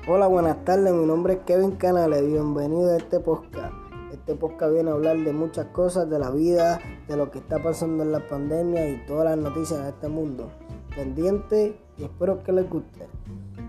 Hola, buenas tardes, mi nombre es Kevin Canales, bienvenido a este podcast. Este podcast viene a hablar de muchas cosas, de la vida, de lo que está pasando en la pandemia y todas las noticias de este mundo. Pendiente y espero que les guste.